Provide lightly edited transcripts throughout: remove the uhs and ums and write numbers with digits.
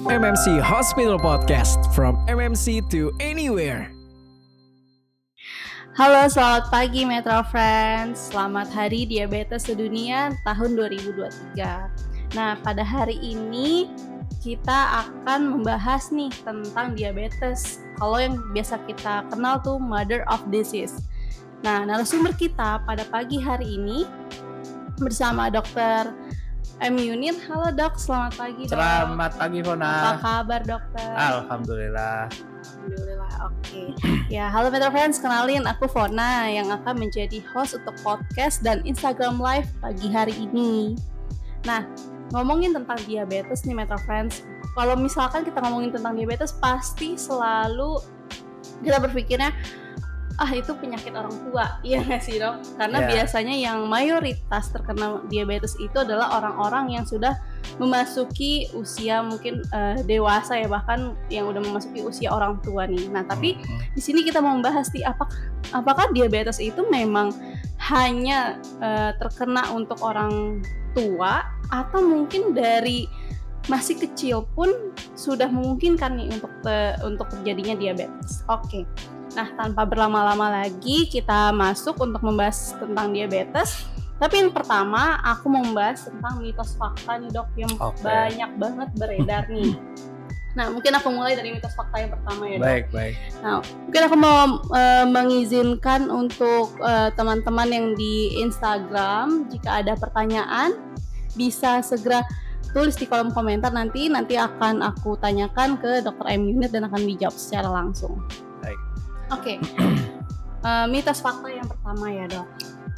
MMC Hospital Podcast, from MMC to anywhere. Halo, selamat pagi Metro Friends. Selamat Hari Diabetes Sedunia tahun 2023. Nah, pada hari ini kita akan membahas nih tentang diabetes. Kalau yang biasa kita kenal tuh mother of disease. Nah, narasumber kita pada pagi hari ini bersama Dr. M. Yunir. Halo dok, selamat pagi dok. Selamat pagi Fona. Apa kabar dokter? Alhamdulillah. Alhamdulillah, oke. Ya, halo Metro Friends, kenalin aku Fona yang akan menjadi host untuk podcast dan Instagram Live pagi hari ini. Nah, ngomongin tentang diabetes nih Metro Friends. Kalau misalkan kita ngomongin tentang diabetes, pasti selalu kita berpikirnya itu penyakit orang tua, iya nggak sih dok? Karena biasanya yang mayoritas terkena diabetes itu adalah orang-orang yang sudah memasuki usia mungkin dewasa ya, bahkan yang udah memasuki usia orang tua nih. Nah tapi di sini kita mau membahas apakah diabetes itu memang hanya terkena untuk orang tua atau mungkin dari masih kecil pun sudah memungkinkan nih untuk terjadinya diabetes. Oke. Nah, tanpa berlama-lama lagi kita masuk untuk membahas tentang diabetes. Tapi yang pertama aku mau membahas tentang mitos fakta nih dok yang banyak banget beredar nih. Nah, mungkin aku mulai dari mitos fakta yang pertama ya dok. Baik. Nah, mungkin aku mau mengizinkan untuk teman-teman yang di Instagram, jika ada pertanyaan bisa segera tulis di kolom komentar, nanti akan aku tanyakan ke Dr. M. Yunir dan akan dijawab secara langsung. Baik. Oke. Mitos fakta yang pertama ya dok.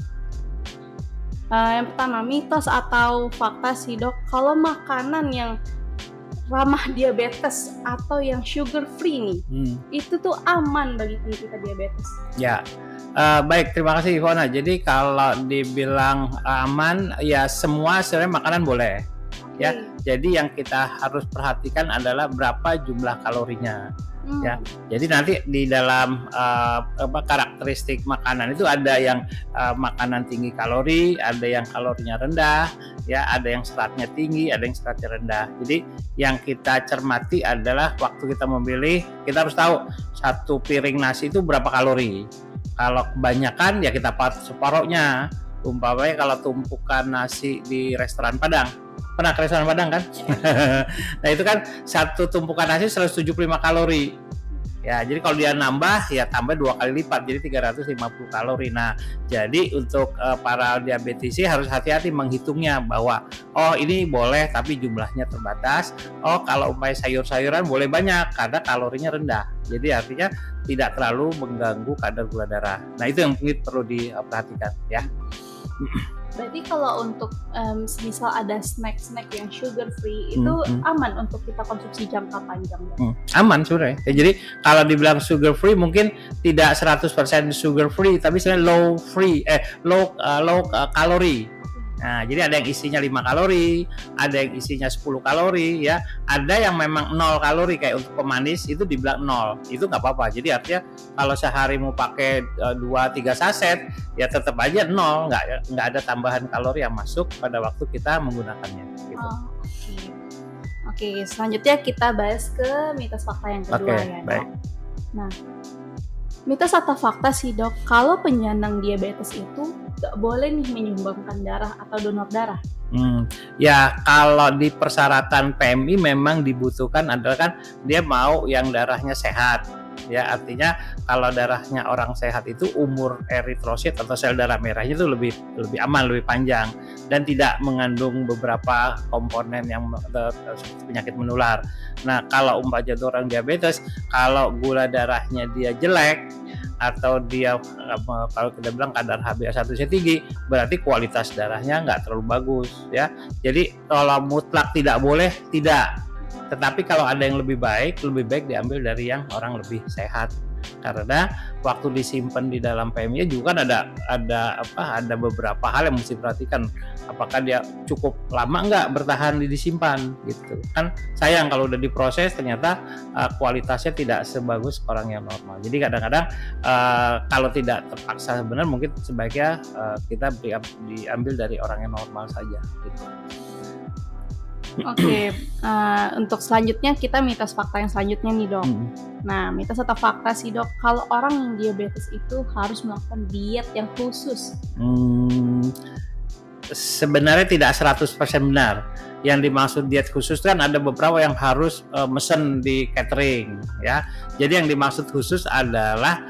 Yang pertama, mitos atau fakta sih dok, kalau makanan yang ramah diabetes atau yang sugar free nih, itu tuh aman bagi penderita diabetes. Ya, baik, terima kasih Ivona. Jadi kalau dibilang aman, ya semua sebenarnya makanan boleh. Ya, jadi yang kita harus perhatikan adalah berapa jumlah kalorinya. Ya, jadi nanti di dalam karakteristik makanan itu ada yang makanan tinggi kalori, ada yang kalorinya rendah, ya, ada yang seratnya tinggi, ada yang seratnya rendah. Jadi yang kita cermati adalah waktu kita memilih, kita harus tahu satu piring nasi itu berapa kalori. Kalau kebanyakan ya kita separohnya. Umpamanya kalau tumpukan nasi di restoran Padang, pernah ke restoran Padang kan? Nah itu kan satu tumpukan nasi 175 kalori. Ya, jadi kalau dia nambah ya tambah 2 kali lipat, jadi 350 kalori. Nah, jadi untuk para diabetisi harus hati-hati menghitungnya bahwa ini boleh tapi jumlahnya terbatas. Kalau umpamanya sayur-sayuran boleh banyak karena kalorinya rendah. Jadi artinya tidak terlalu mengganggu kadar gula darah. Nah, itu yang mungkin perlu diperhatikan ya. Berarti kalau untuk misal ada snack yang sugar free itu aman untuk kita konsumsi jangka panjang? Aman sebenarnya. Ya, jadi kalau dibilang sugar free mungkin tidak 100% sugar free, tapi sebenarnya low kalori. Nah, jadi ada yang isinya 5 kalori, ada yang isinya 10 kalori ya. Ada yang memang 0 kalori kayak untuk pemanis itu dibilang 0. Itu nggak apa-apa. Jadi artinya kalau sehari mau pakai 2-3 saset ya tetap aja 0, nggak ada tambahan kalori yang masuk pada waktu kita menggunakannya gitu. Oke, selanjutnya kita bahas ke mitos fakta yang kedua ya. Baik. Nah, mitos atau fakta sih dok, kalau penyandang diabetes itu gak boleh nih menyumbangkan darah atau donor darah? Ya kalau di persyaratan PMI memang dibutuhkan adalah kan dia mau yang darahnya sehat. Ya artinya kalau darahnya orang sehat itu umur eritrosit atau sel darah merahnya itu lebih aman, lebih panjang dan tidak mengandung beberapa komponen yang penyakit menular. Nah kalau umpamanya orang diabetes, kalau gula darahnya dia jelek atau dia kalau kita bilang kadar HbA1c tinggi, berarti kualitas darahnya nggak terlalu bagus ya. Jadi kalau mutlak tidak boleh, tidak. Tetapi kalau ada yang lebih baik diambil dari yang orang lebih sehat. Karena waktu disimpan di dalam PMI juga kan ada beberapa hal yang mesti diperhatikan. Apakah dia cukup lama nggak bertahan disimpan gitu. Kan sayang kalau udah diproses ternyata kualitasnya tidak sebagus orang yang normal. Jadi kadang-kadang kalau tidak terpaksa benar mungkin sebaiknya kita diambil dari orang yang normal saja gitu. Oke, untuk selanjutnya kita mitos fakta yang selanjutnya nih dok. Nah, mitos atau fakta sih dok, kalau orang yang diabetes itu harus melakukan diet yang khusus. Sebenarnya tidak 100% benar. Yang dimaksud diet khusus kan ada beberapa yang harus mesen di catering ya. Jadi yang dimaksud khusus adalah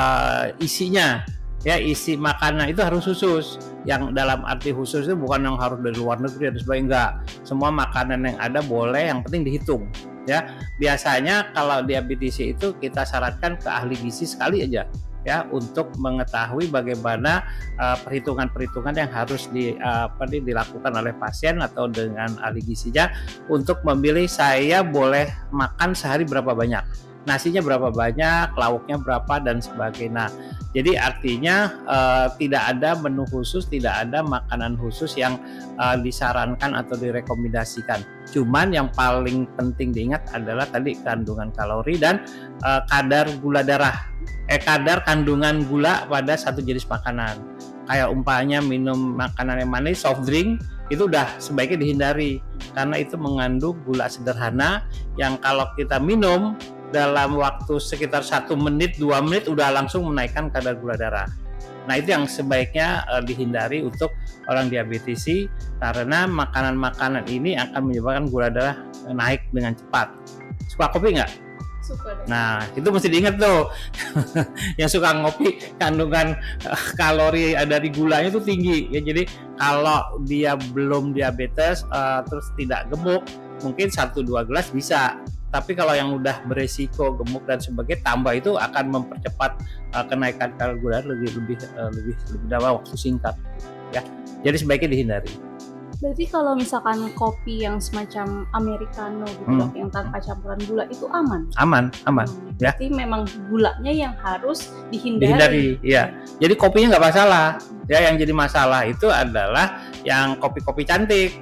isinya. Ya, isi makanan itu harus khusus. Yang dalam arti khusus itu bukan yang harus dari luar negeri dan sebagainya, enggak. Semua makanan yang ada boleh, yang penting dihitung. Ya, biasanya kalau diabetes itu kita syaratkan ke ahli gizi sekali aja ya untuk mengetahui bagaimana perhitungan-perhitungan yang harus dilakukan oleh pasien atau dengan ahli gizinya untuk memilih saya boleh makan sehari berapa banyak. Nasinya berapa banyak, lauknya berapa dan sebagainya. Jadi artinya tidak ada menu khusus, tidak ada makanan khusus yang disarankan atau direkomendasikan. Cuman yang paling penting diingat adalah tadi kandungan kalori dan kadar gula darah. Kadar kandungan gula pada satu jenis makanan. Kayak umpamanya minum makanan yang manis, soft drink, itu udah sebaiknya dihindari karena itu mengandung gula sederhana yang kalau kita minum dalam waktu sekitar 1 menit, 2 menit udah langsung menaikkan kadar gula darah. Nah itu yang sebaiknya dihindari untuk orang diabetes karena makanan-makanan ini akan menyebabkan gula darah naik dengan cepat. Suka kopi nggak? Suka. Nah itu mesti diingat tuh. Yang suka ngopi kandungan kalori dari gulanya itu tinggi ya. Jadi kalau dia belum diabetes terus tidak gemuk mungkin 1-2 gelas bisa. Tapi kalau yang udah beresiko gemuk dan sebagainya tambah itu akan mempercepat kenaikan kadar gula lebih dalam waktu singkat ya. Jadi sebaiknya dihindari. Berarti kalau misalkan kopi yang semacam americano gitu dok, yang tanpa campuran gula itu aman? Aman ya. Berarti memang gulanya yang harus dihindari. Ya. Jadi kopinya nggak masalah. Ya, yang jadi masalah itu adalah yang kopi-kopi cantik.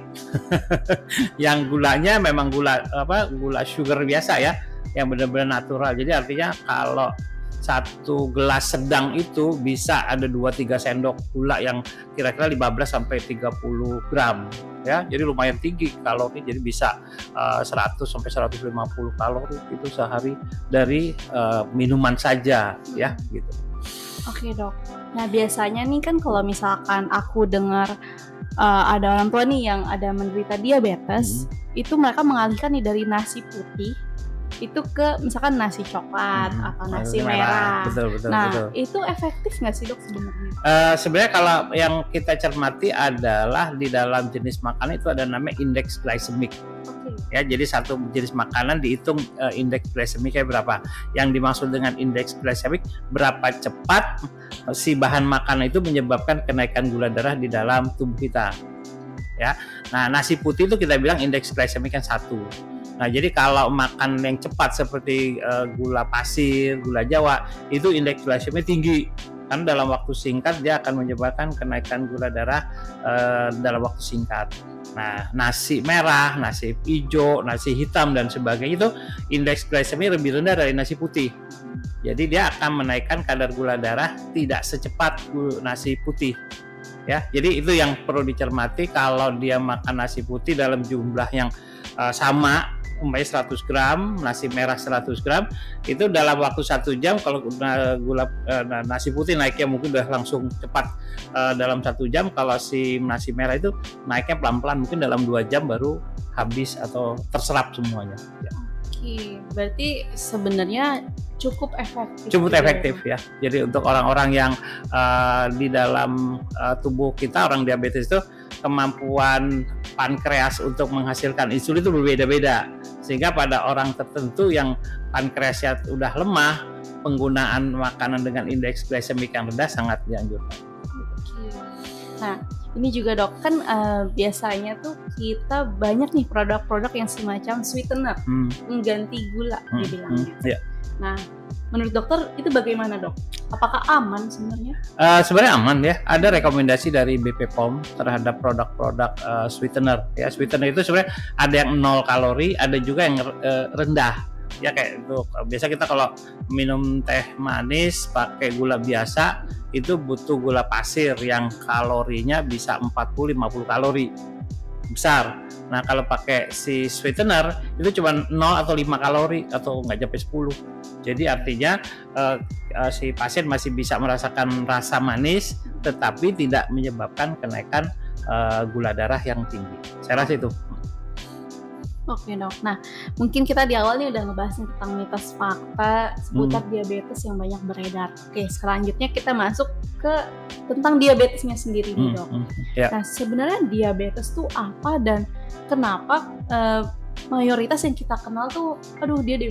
Yang gulanya memang gula sugar biasa ya, yang benar-benar natural. Jadi artinya kalau 1 gelas sedang itu bisa ada 2-3 sendok gula yang kira-kira 15 sampai 30 gram ya. Jadi lumayan tinggi kalori, jadi bisa 100 sampai 150 kalori itu sehari dari minuman saja ya gitu. Oke dok. Nah biasanya nih kan kalau misalkan aku dengar ada orang tua nih yang ada menderita diabetes, itu mereka mengalihkan nih dari nasi putih itu ke misalkan nasi coklat atau nasi merah. Betul. Itu efektif nggak sih dok sebenarnya? Sebenarnya kalau yang kita cermati adalah di dalam jenis makanan itu ada namanya indeks glikemik. Ya, jadi satu jenis makanan dihitung indeks glikemiknya berapa. Yang dimaksud dengan indeks glikemik berapa cepat si bahan makanan itu menyebabkan kenaikan gula darah di dalam tubuh kita. Ya. Nah, nasi putih itu kita bilang indeks glikemik kan 1. Nah, jadi kalau makan yang cepat seperti gula pasir, gula Jawa, itu indeks glikemiknya tinggi. Karena dalam waktu singkat dia akan menyebabkan kenaikan gula darah dalam waktu singkat. Nah, nasi merah, nasi hijau, nasi hitam dan sebagainya itu indeks glikemiknya lebih rendah dari nasi putih. Jadi dia akan menaikkan kadar gula darah tidak secepat nasi putih. Ya, jadi itu yang perlu dicermati kalau dia makan nasi putih dalam jumlah yang sama, umpamanya 100 gram, nasi merah 100 gram, itu dalam waktu 1 jam kalau gula nasi putih naiknya mungkin udah langsung cepat dalam 1 jam, kalau si nasi merah itu naiknya pelan-pelan mungkin dalam 2 jam baru habis atau terserap semuanya. Ya. Oke, berarti sebenarnya cukup efektif. Cukup efektif ya. Jadi untuk orang-orang yang di dalam tubuh kita, orang diabetes itu kemampuan pankreas untuk menghasilkan insulin itu berbeda-beda. Sehingga pada orang tertentu yang pankreasnya udah lemah, penggunaan makanan dengan indeks glikemik yang rendah sangat dianjurkan. Nah, ini juga dok, kan biasanya tuh kita banyak nih produk-produk yang semacam sweetener, mengganti gula dibilangnya. Yeah. Nah, menurut dokter itu bagaimana dok? Apakah aman sebenarnya? Sebenarnya aman ya. Ada rekomendasi dari BP POM terhadap produk-produk sweetener. Ya, sweetener itu sebenarnya ada yang 0 kalori, ada juga yang rendah. Ya kayak itu. Biasa kita kalau minum teh manis pakai gula biasa itu butuh gula pasir yang kalorinya bisa 40-50 kalori besar. Nah kalau pakai si sweetener itu cuma 0 atau 5 kalori atau nggak sampai 10. Jadi artinya si pasien masih bisa merasakan rasa manis, tetapi tidak menyebabkan kenaikan gula darah yang tinggi. Saya rasa itu. Oke dok, nah mungkin kita di awal nih udah ngebahas tentang mitos fakta seputar diabetes yang banyak beredar. Oke, selanjutnya kita masuk ke tentang diabetesnya sendiri nih dok. Ya. Nah sebenarnya diabetes tuh apa dan kenapa mayoritas yang kita kenal tuh, aduh dia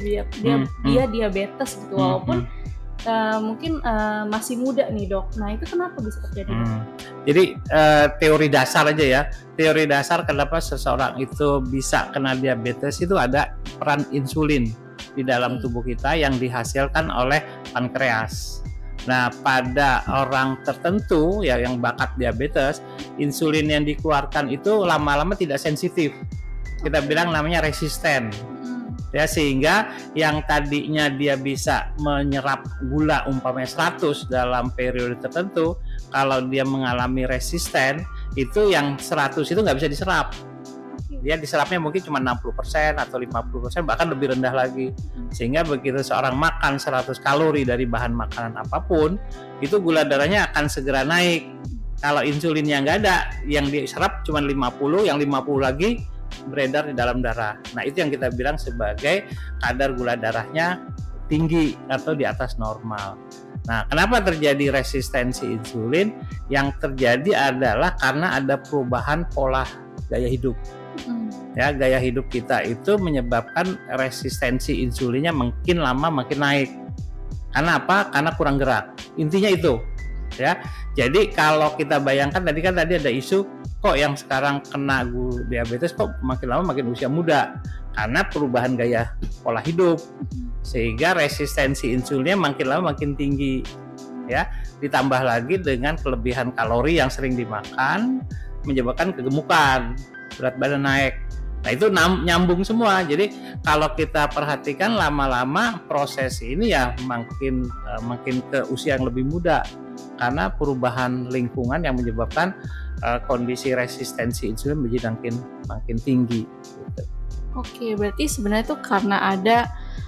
diabetes gitu, walaupun mungkin masih muda nih dok. Nah itu kenapa bisa terjadi? Jadi teori dasar aja ya. Teori dasar kenapa seseorang itu bisa kena diabetes itu ada peran insulin di dalam tubuh kita yang dihasilkan oleh pankreas. Nah pada orang tertentu ya yang bakat diabetes, insulin yang dikeluarkan itu lama-lama tidak sensitif. Kita bilang namanya resisten. Ya sehingga yang tadinya dia bisa menyerap gula umpamanya 100 dalam periode tertentu, kalau dia mengalami resisten itu yang 100 itu nggak bisa diserap. Dia diserapnya mungkin cuma 60% atau 50%, bahkan lebih rendah lagi. Sehingga begitu seorang makan 100 kalori dari bahan makanan apapun, itu gula darahnya akan segera naik. Kalau insulinnya nggak ada, yang diserap cuma 50, yang 50 lagi beredar di dalam darah. Nah itu yang kita bilang sebagai kadar gula darahnya tinggi atau di atas normal. Nah kenapa terjadi resistensi insulin? Yang terjadi adalah karena ada perubahan pola gaya hidup. Ya, gaya hidup kita itu menyebabkan resistensi insulinnya makin lama makin naik. Karena apa? Karena kurang gerak. Intinya itu. Ya, jadi kalau kita bayangkan tadi ada isu kok yang sekarang kena diabetes kok makin lama makin usia muda, karena perubahan gaya pola hidup sehingga resistensi insulinnya makin lama makin tinggi ya, ditambah lagi dengan kelebihan kalori yang sering dimakan menyebabkan kegemukan, berat badan naik. Nah itu nyambung semua. Jadi kalau kita perhatikan lama-lama proses ini ya makin ke usia yang lebih muda karena perubahan lingkungan yang menyebabkan kondisi resistensi insulin menjadi makin tinggi. Gitu. Oke, berarti sebenarnya itu karena ada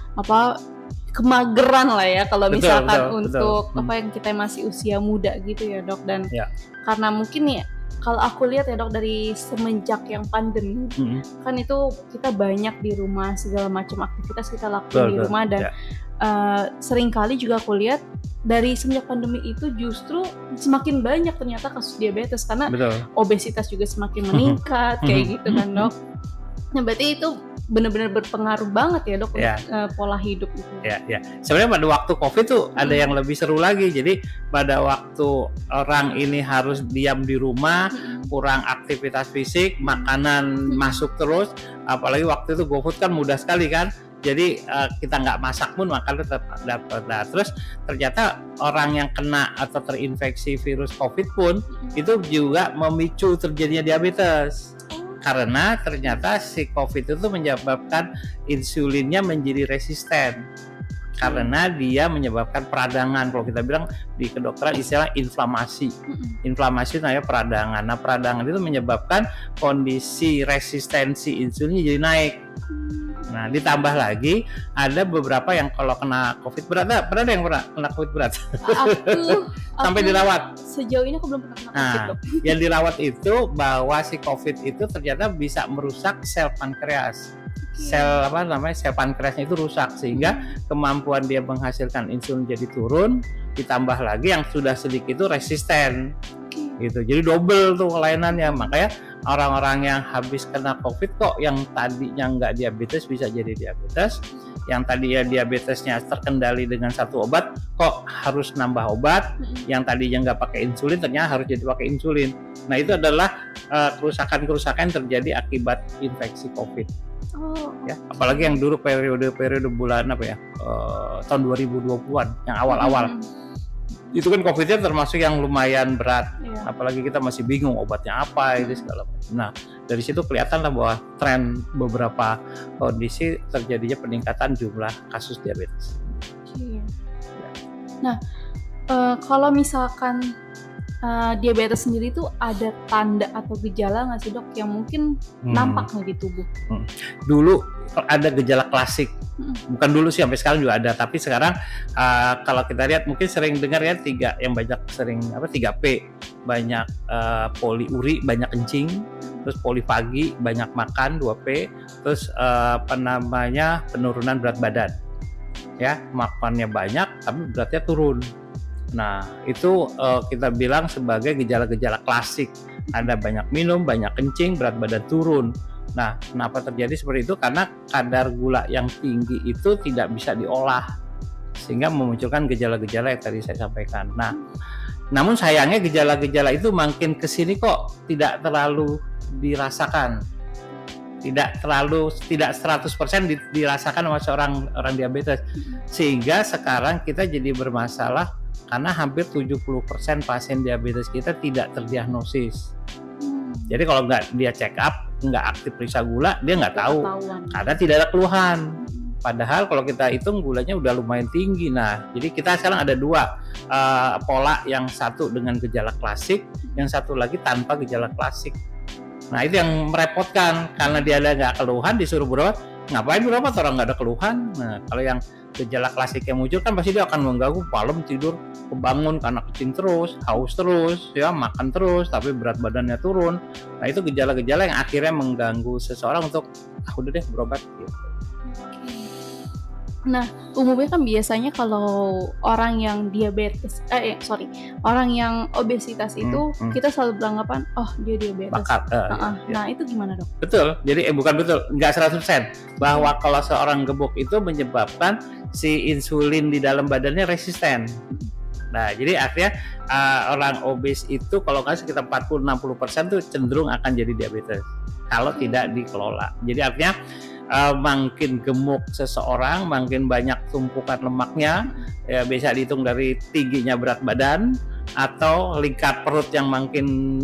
kemageran lah ya kalau misalkan untuk yang kita masih usia muda gitu ya dok, dan karena mungkin ya kalau aku lihat ya dok dari semenjak yang pandemi kan itu kita banyak di rumah, segala macam aktivitas kita lakukan di rumah dan seringkali juga aku lihat dari semenjak pandemi itu justru semakin banyak ternyata kasus diabetes karena obesitas juga semakin meningkat kayak gitu kan dok. Nah berarti itu benar-benar berpengaruh banget ya dok untuk pola hidup itu. Ya. Sebenarnya pada waktu COVID tuh ada yang lebih seru lagi. Jadi pada waktu orang ini harus diam di rumah, kurang aktivitas fisik, makanan masuk terus, apalagi waktu itu GoFood kan mudah sekali kan. Jadi kita nggak masak pun makan tetap dapat. Nah, terus ternyata orang yang kena atau terinfeksi virus COVID pun itu juga memicu terjadinya diabetes. Karena ternyata si COVID itu menyebabkan insulinnya menjadi resisten. Karena dia menyebabkan peradangan. Kalau kita bilang di kedokteran istilah inflamasi. Inflamasi namanya peradangan. Nah peradangan itu menyebabkan kondisi resistensi insulinnya jadi naik. Nah ditambah lagi ada beberapa yang kalau kena COVID berat, pernah ada yang kena COVID berat? Sampai dirawat. Sejauh ini aku belum pernah kena COVID. Yang dirawat itu bahwa si COVID itu ternyata bisa merusak sel pankreas. Sel sel pankreasnya itu rusak sehingga kemampuan dia menghasilkan insulin jadi turun, ditambah lagi yang sudah sedikit itu resisten. Gitu. Jadi double tuh kelainannya. Makanya orang-orang yang habis kena COVID kok yang tadinya nggak diabetes bisa jadi diabetes, yang tadi ya diabetesnya terkendali dengan satu obat kok harus nambah obat, yang tadinya nggak pakai insulin ternyata harus jadi pakai insulin. Nah itu adalah kerusakan-kerusakan yang terjadi akibat infeksi COVID. Ya, apalagi yang dulu periode bulan tahun 2020-an yang awal-awal. Itu kan COVID-nya termasuk yang lumayan berat, apalagi kita masih bingung obatnya apa itu segala macam. Nah dari situ kelihatan lah bahwa tren beberapa kondisi terjadinya peningkatan jumlah kasus diabetes. Nah kalau misalkan diabetes sendiri tuh ada tanda atau gejala nggak sih dok yang mungkin nampak nih di tubuh? Dulu ada gejala klasik, bukan dulu sih, sampai sekarang juga ada. Tapi sekarang kalau kita lihat mungkin sering dengar ya 3P, banyak poliuri, banyak kencing, terus polifagi, banyak makan 2P, terus penurunan berat badan. Ya, makannya banyak tapi beratnya turun. Nah, itu kita bilang sebagai gejala-gejala klasik. Ada banyak minum, banyak kencing, berat badan turun. Nah, kenapa terjadi seperti itu? Karena kadar gula yang tinggi itu tidak bisa diolah, sehingga memunculkan gejala-gejala yang tadi saya sampaikan. Nah, namun sayangnya gejala-gejala itu makin kesini kok tidak terlalu dirasakan. Tidak 100% dirasakan sama orang diabetes. Sehingga sekarang kita jadi bermasalah karena hampir 70% pasien diabetes kita tidak terdiagnosis. Jadi kalau nggak dia check up, nggak aktif periksa gula, dia nggak tahu karena tidak ada keluhan. Padahal kalau kita hitung gulanya udah lumayan tinggi. Nah, jadi kita sekarang ada dua pola, yang satu dengan gejala klasik, yang satu lagi tanpa gejala klasik. Nah, itu yang merepotkan karena dia ada nggak keluhan disuruh berobat. Ngapain berobat orang nggak ada keluhan? Nah, kalau yang gejala klasik yang muncul kan pasti dia akan mengganggu, malam tidur kebangun karena kencing terus, haus terus, ya makan terus, tapi berat badannya turun. Nah, itu gejala-gejala yang akhirnya mengganggu seseorang untuk udah deh berobat gitu. Nah, umumnya kan biasanya kalau orang yang diabetes, orang yang obesitas itu kita selalu beranggapan, oh dia diabetes. Nah, itu gimana dok? Betul, jadi bukan betul, nggak 100%. Bahwa kalau seorang gemuk itu menyebabkan si insulin di dalam badannya resisten. Nah, jadi akhirnya orang obes itu kalau nggak sekitar 40-60% tuh cenderung akan jadi diabetes kalau tidak dikelola. Jadi artinya makin gemuk seseorang, makin banyak tumpukan lemaknya, ya bisa dihitung dari tingginya berat badan atau lingkar perut yang makin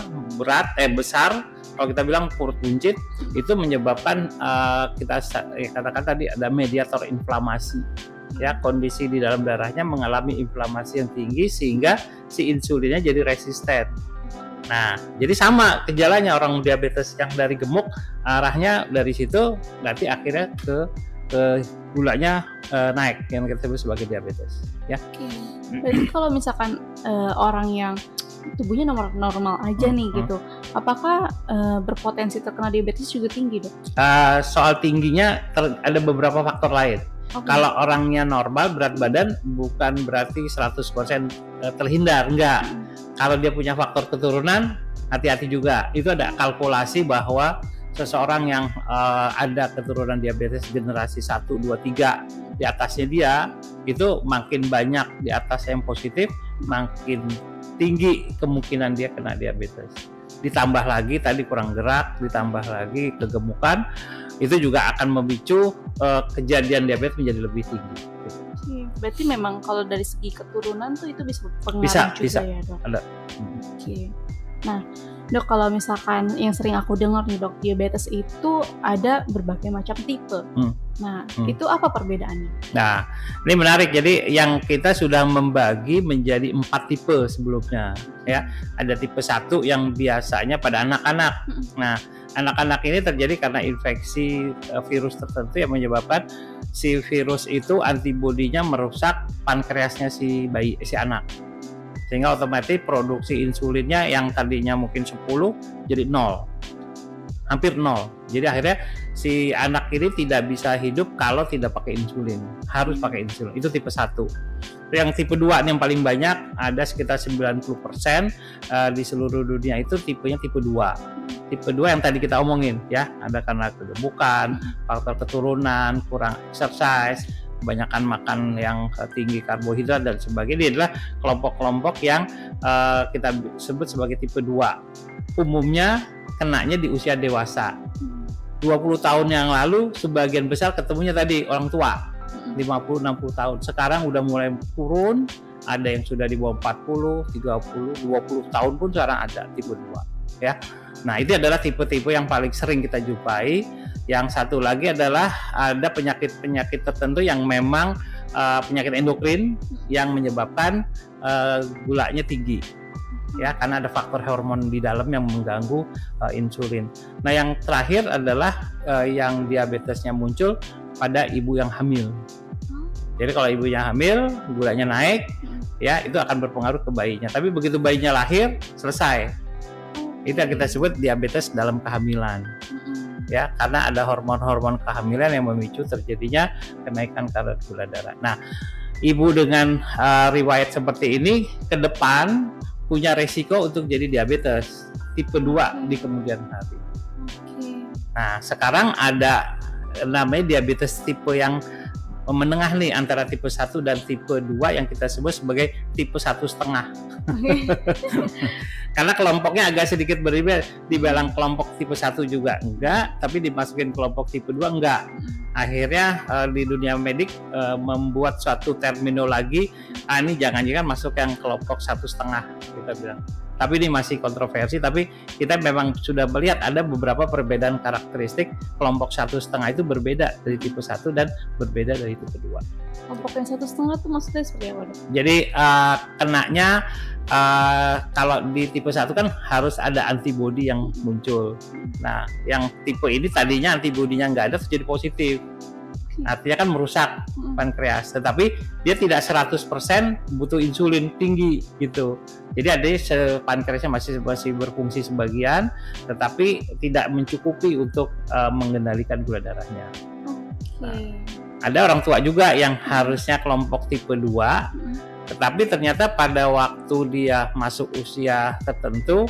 besar. Kalau kita bilang perut buncit, itu menyebabkan kita katakan tadi ada mediator inflamasi. Ya, kondisi di dalam darahnya mengalami inflamasi yang tinggi sehingga si insulinnya jadi resisten. Nah, jadi sama gejalanya orang diabetes yang dari gemuk, arahnya dari situ berarti akhirnya ke gulanya naik, yang kita sebut sebagai diabetes. Ya. Berarti kalau misalkan orang yang tubuhnya normal aja nih gitu, apakah berpotensi terkena diabetes juga tinggi dok? Soal tingginya ada beberapa faktor lain. Kalau orangnya normal berat badan bukan berarti 100% terhindar, enggak. Kalau dia punya faktor keturunan, hati-hati juga. Itu ada kalkulasi bahwa seseorang yang ada keturunan diabetes generasi 1, 2, 3 di atasnya dia, itu makin banyak di atas yang positif, makin tinggi kemungkinan dia kena diabetes. Ditambah lagi tadi kurang gerak, ditambah lagi kegemukan, itu juga akan memicu kejadian diabetes menjadi lebih tinggi. Berarti memang kalau dari segi keturunan tuh itu bisa berpengaruh juga ya dok? Ada. Nah dok, kalau misalkan yang sering aku dengar nih dok, diabetes itu ada berbagai macam tipe. Nah itu apa perbedaannya? Nah ini menarik, jadi yang kita sudah membagi menjadi 4 tipe sebelumnya ya. Ada tipe 1 yang biasanya pada anak-anak. Nah anak-anak ini terjadi karena infeksi virus tertentu yang menyebabkan si virus itu antibodinya merusak pankreasnya si bayi, si anak, sehingga otomatis produksi insulinnya yang tadinya mungkin 10 jadi 0, hampir 0. Jadi akhirnya si anak ini tidak bisa hidup kalau tidak pakai insulin, harus pakai insulin. Itu tipe 1. Yang tipe 2 yang paling banyak, ada sekitar 90% di seluruh dunia itu tipenya tipe 2. Tipe 2 yang tadi kita omongin ya, ada karena kegemukan, faktor keturunan, kurang exercise, kebanyakan makan yang tinggi karbohidrat dan sebagainya. Ini adalah kelompok-kelompok yang kita sebut sebagai tipe 2. Umumnya kenanya di usia dewasa. 20 tahun yang lalu sebagian besar ketemunya tadi orang tua, 50-60 tahun. Sekarang udah mulai turun, ada yang sudah di bawah 40, 30, 20 tahun pun sekarang ada tipe 2 ya. Nah, itu adalah tipe-tipe yang paling sering kita jumpai. Yang satu lagi adalah ada penyakit-penyakit tertentu yang memang penyakit endokrin yang menyebabkan gulanya tinggi. ya, karena ada faktor hormon di dalam yang mengganggu insulin. Nah, yang terakhir adalah yang diabetesnya muncul pada ibu yang hamil. Jadi kalau ibunya hamil, gulanya naik, ya itu akan berpengaruh ke bayinya. Tapi begitu bayinya lahir, selesai. Itu yang kita sebut diabetes dalam kehamilan. Ya, karena ada hormon-hormon kehamilan yang memicu terjadinya kenaikan kadar gula darah. Nah, ibu dengan riwayat seperti ini ke depan punya resiko untuk jadi diabetes tipe 2 di kemudian hari. Nah, sekarang ada namanya diabetes tipe yang menengah nih, antara tipe 1 dan tipe 2 yang kita sebut sebagai tipe 1,5. Karena kelompoknya agak sedikit berbeda, dibilang kelompok tipe 1 juga enggak, tapi dimasukin kelompok tipe 2 enggak. Akhirnya di dunia medik membuat suatu terminologi, ini jangan-jangan masuk yang kelompok 1,5 kita bilang. Tapi ini masih kontroversi, tapi kita memang sudah melihat ada beberapa perbedaan karakteristik kelompok 1,5 itu berbeda dari tipe 1 dan berbeda dari tipe 2. Kelompok yang 1,5 itu maksudnya seperti apa, Dok? Jadi kenanya kalau di tipe 1 kan harus ada antibodi yang muncul. Nah, yang tipe ini tadinya antibodinya nggak ada terus jadi positif. Artinya kan merusak pankreas, tetapi dia tidak 100% butuh insulin tinggi gitu. Jadi ada pankreasnya masih berfungsi sebagian, tetapi tidak mencukupi untuk mengendalikan gula darahnya. Nah, ada orang tua juga yang harusnya kelompok tipe 2, tetapi ternyata pada waktu dia masuk usia tertentu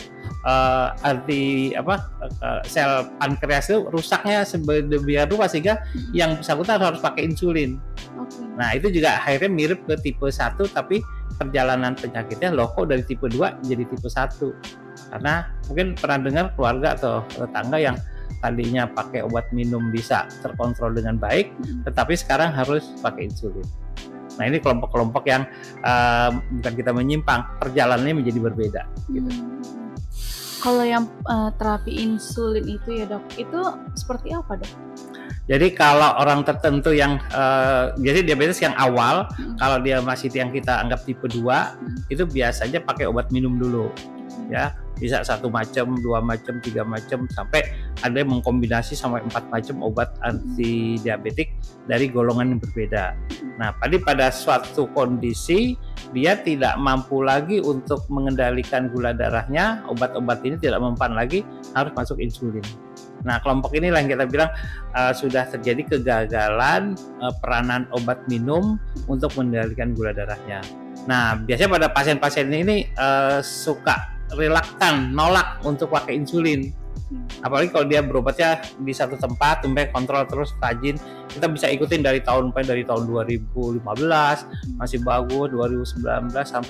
sel pankreas itu rusaknya sedemikian rupa sehingga yang bersangkutan harus pakai insulin. Nah, itu juga akhirnya mirip ke tipe 1, tapi perjalanan penyakitnya loh kok dari tipe 2 jadi tipe 1. Karena mungkin pernah dengar keluarga atau tetangga yang tadinya pakai obat minum bisa terkontrol dengan baik, tetapi sekarang harus pakai insulin. Nah, ini kelompok-kelompok yang bukan kita menyimpang, perjalanannya menjadi berbeda. Gitu. Kalau yang terapi insulin itu ya, Dok, itu seperti apa, Dok? Jadi kalau orang tertentu yang jadi diabetes yang awal, kalau dia masih yang kita anggap tipe 2, itu biasanya pakai obat minum dulu. Ya, bisa 1 macam, 2 macam, 3 macam, sampai ada yang mengkombinasi sampai 4 macam obat anti diabetik dari golongan yang berbeda. Nah, pada suatu kondisi dia tidak mampu lagi untuk mengendalikan gula darahnya, obat-obat ini tidak mempan lagi, harus masuk insulin. Nah, kelompok inilah yang kita bilang sudah terjadi kegagalan peranan obat minum untuk mengendalikan gula darahnya. Nah, biasanya pada pasien-pasien ini suka relaktan, nolak untuk pakai insulin. Apalagi kalau dia berobatnya di satu tempat, sampai kontrol terus rajin. Kita bisa ikutin dari tahun 2015 masih bagus, 2019 sampai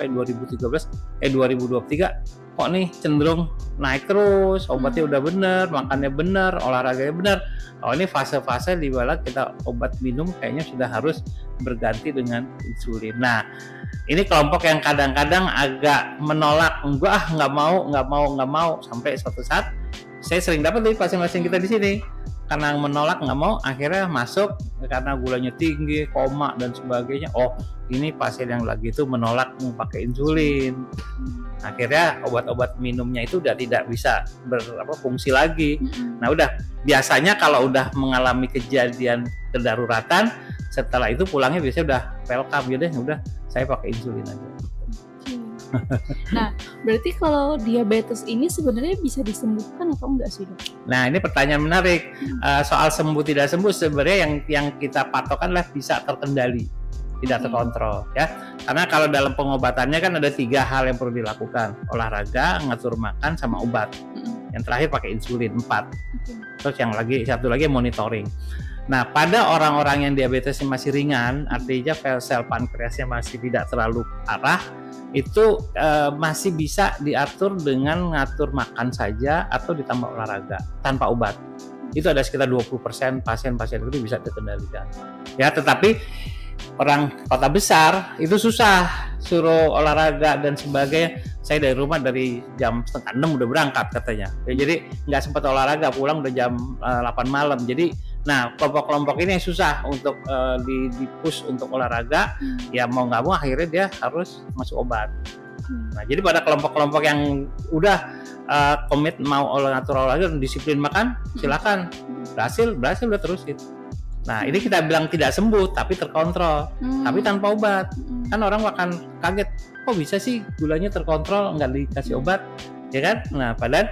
2023 kok nih cenderung naik terus, obatnya udah bener, makannya bener, olahraganya bener. Oh, ini fase-fase di mana kita obat minum kayaknya sudah harus berganti dengan insulin. Nah, ini kelompok yang kadang-kadang agak menolak, nggak mau, sampai suatu saat saya sering dapat dari pasien-pasien kita di sini karena menolak, nggak mau, akhirnya masuk karena gulanya tinggi, koma dan sebagainya. Oh, ini pasien yang lagi itu menolak pakai insulin. Akhirnya obat-obat minumnya itu udah tidak bisa berfungsi lagi. Nah, udah biasanya kalau udah mengalami kejadian kedaruratan, setelah itu pulangnya biasanya udah welcome, udah saya pakai insulin aja. Nah, berarti kalau diabetes ini sebenarnya bisa disembuhkan atau enggak sih, Dok? Nah, ini pertanyaan menarik. Soal sembuh tidak sembuh sebenarnya yang kita patokkanlah bisa terkendali, tidak terkontrol, ya. Karena kalau dalam pengobatannya kan ada 3 hal yang perlu dilakukan: olahraga, ngatur makan, sama obat. Yang terakhir pakai insulin 4. Terus yang satu lagi monitoring. Nah, pada orang-orang yang diabetesnya masih ringan, artinya sel pankreasnya masih tidak terlalu parah, itu masih bisa diatur dengan ngatur makan saja atau ditambah olahraga tanpa obat. Itu ada sekitar 20% pasien-pasien itu bisa dikendalikan. Ya, tetapi orang kota besar itu susah, suruh olahraga dan sebagainya. Saya dari rumah dari jam 5:30 udah berangkat katanya. Ya, jadi nggak sempat olahraga, pulang udah jam 8 malam. Jadi, nah, kelompok-kelompok ini yang susah untuk di push untuk olahraga, ya mau nggak mau akhirnya dia harus masuk obat. Nah, jadi pada kelompok-kelompok yang udah komit mau olah natural lagi dan disiplin makan, silakan. Berhasil udah terusin. Nah, ini kita bilang tidak sembuh tapi terkontrol, tapi tanpa obat. Kan orang akan kaget, kok bisa sih gulanya terkontrol nggak dikasih obat, ya kan? Nah, padahal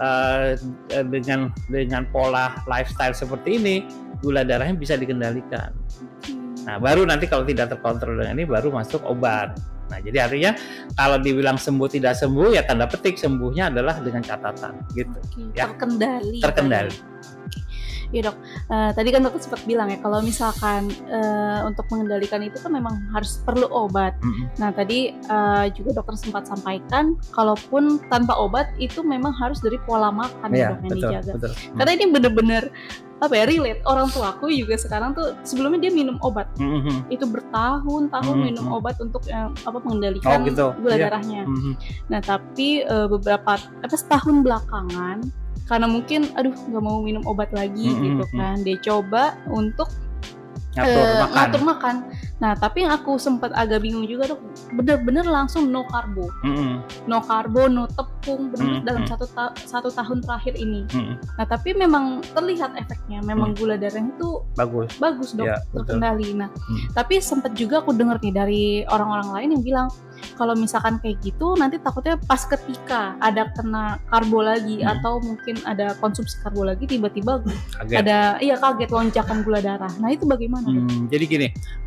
dengan pola lifestyle seperti ini, gula darahnya bisa dikendalikan. Nah, baru nanti kalau tidak terkontrol dengan ini baru masuk obat. Nah, jadi artinya kalau dibilang sembuh tidak sembuh, ya tanda petik sembuhnya adalah dengan catatan, gitu. Ya. Terkendali. Iya dok, tadi kan dokter sempat bilang ya kalau misalkan untuk mengendalikan itu kan memang harus perlu obat. Nah tadi juga dokter sempat sampaikan kalaupun tanpa obat itu memang harus dari pola makan ya, dok yang dijaga. Betul. Karena ini benar-benar relate. Orang tuaku juga sekarang tuh sebelumnya dia minum obat, itu bertahun-tahun minum obat untuk mengendalikan gula darahnya. Nah tapi beberapa setahun belakangan karena mungkin nggak mau minum obat lagi gitu kan, dia coba untuk ngatur makan. Nah tapi yang aku sempat agak bingung juga dok, bener-bener langsung no karbo, no tepung, bener dalam satu tahun terakhir ini. Nah tapi memang terlihat efeknya, memang gula darahnya itu bagus dok, terkendali. Nah tapi sempat juga aku dengar nih dari orang-orang lain yang bilang kalau misalkan kayak gitu nanti takutnya pas ketika ada kena karbo lagi atau mungkin ada konsumsi karbo lagi tiba-tiba kaget lonjakan gula darah. Nah itu bagaimana? Jadi gini,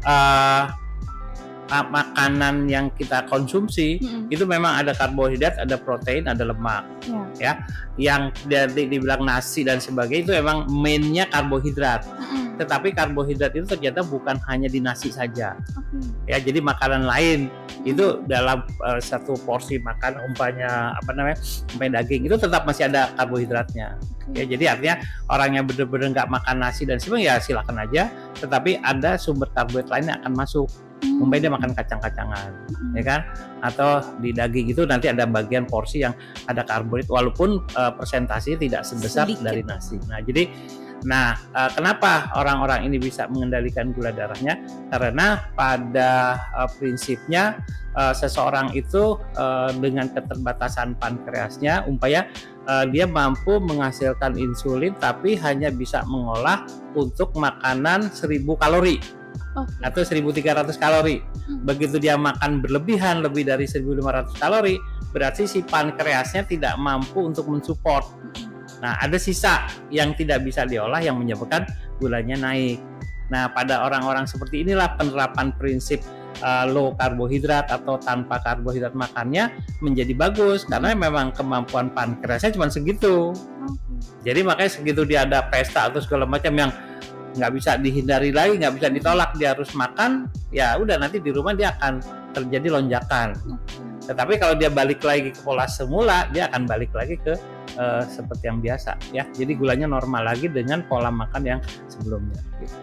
makanan yang kita konsumsi itu memang ada karbohidrat, ada protein, ada lemak, ya. Yang dibilang nasi dan sebagainya itu memang mainnya karbohidrat. Tetapi karbohidrat itu ternyata bukan hanya di nasi saja, ya. Jadi makanan lain itu dalam satu porsi makan umpamanya daging itu tetap masih ada karbohidratnya. Ya, jadi artinya orang yang benar-benar nggak makan nasi dan sebagainya ya silakan aja. Tetapi ada sumber karbohidrat lain yang akan masuk. Umpamanya dia makan kacang-kacangan, ya kan? Atau di daging itu nanti ada bagian porsi yang ada karbohidrat walaupun persentasinya tidak sebesar dari nasi. Nah, kenapa orang-orang ini bisa mengendalikan gula darahnya? Karena pada prinsipnya seseorang itu dengan keterbatasan pankreasnya, umpamanya dia mampu menghasilkan insulin tapi hanya bisa mengolah untuk makanan 1000 kalori. Atau 1300 kalori. Begitu dia makan berlebihan lebih dari 1500 kalori, berarti si pankreasnya tidak mampu untuk mensupport. Nah, ada sisa yang tidak bisa diolah yang menyebabkan gulanya naik. Nah, pada orang-orang seperti inilah penerapan prinsip low karbohidrat atau tanpa karbohidrat makannya menjadi bagus karena memang kemampuan pankreasnya cuma segitu. Jadi makanya segitu dia ada pesta atau segala macam yang nggak bisa dihindari lagi, nggak bisa ditolak, dia harus makan, ya udah nanti di rumah dia akan terjadi lonjakan. Tetapi kalau dia balik lagi ke pola semula, dia akan balik lagi ke seperti yang biasa, ya. Jadi gulanya normal lagi dengan pola makan yang sebelumnya. Gitu.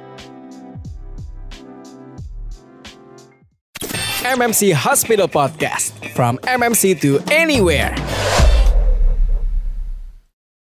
MMC Hospital Podcast, from MMC to anywhere.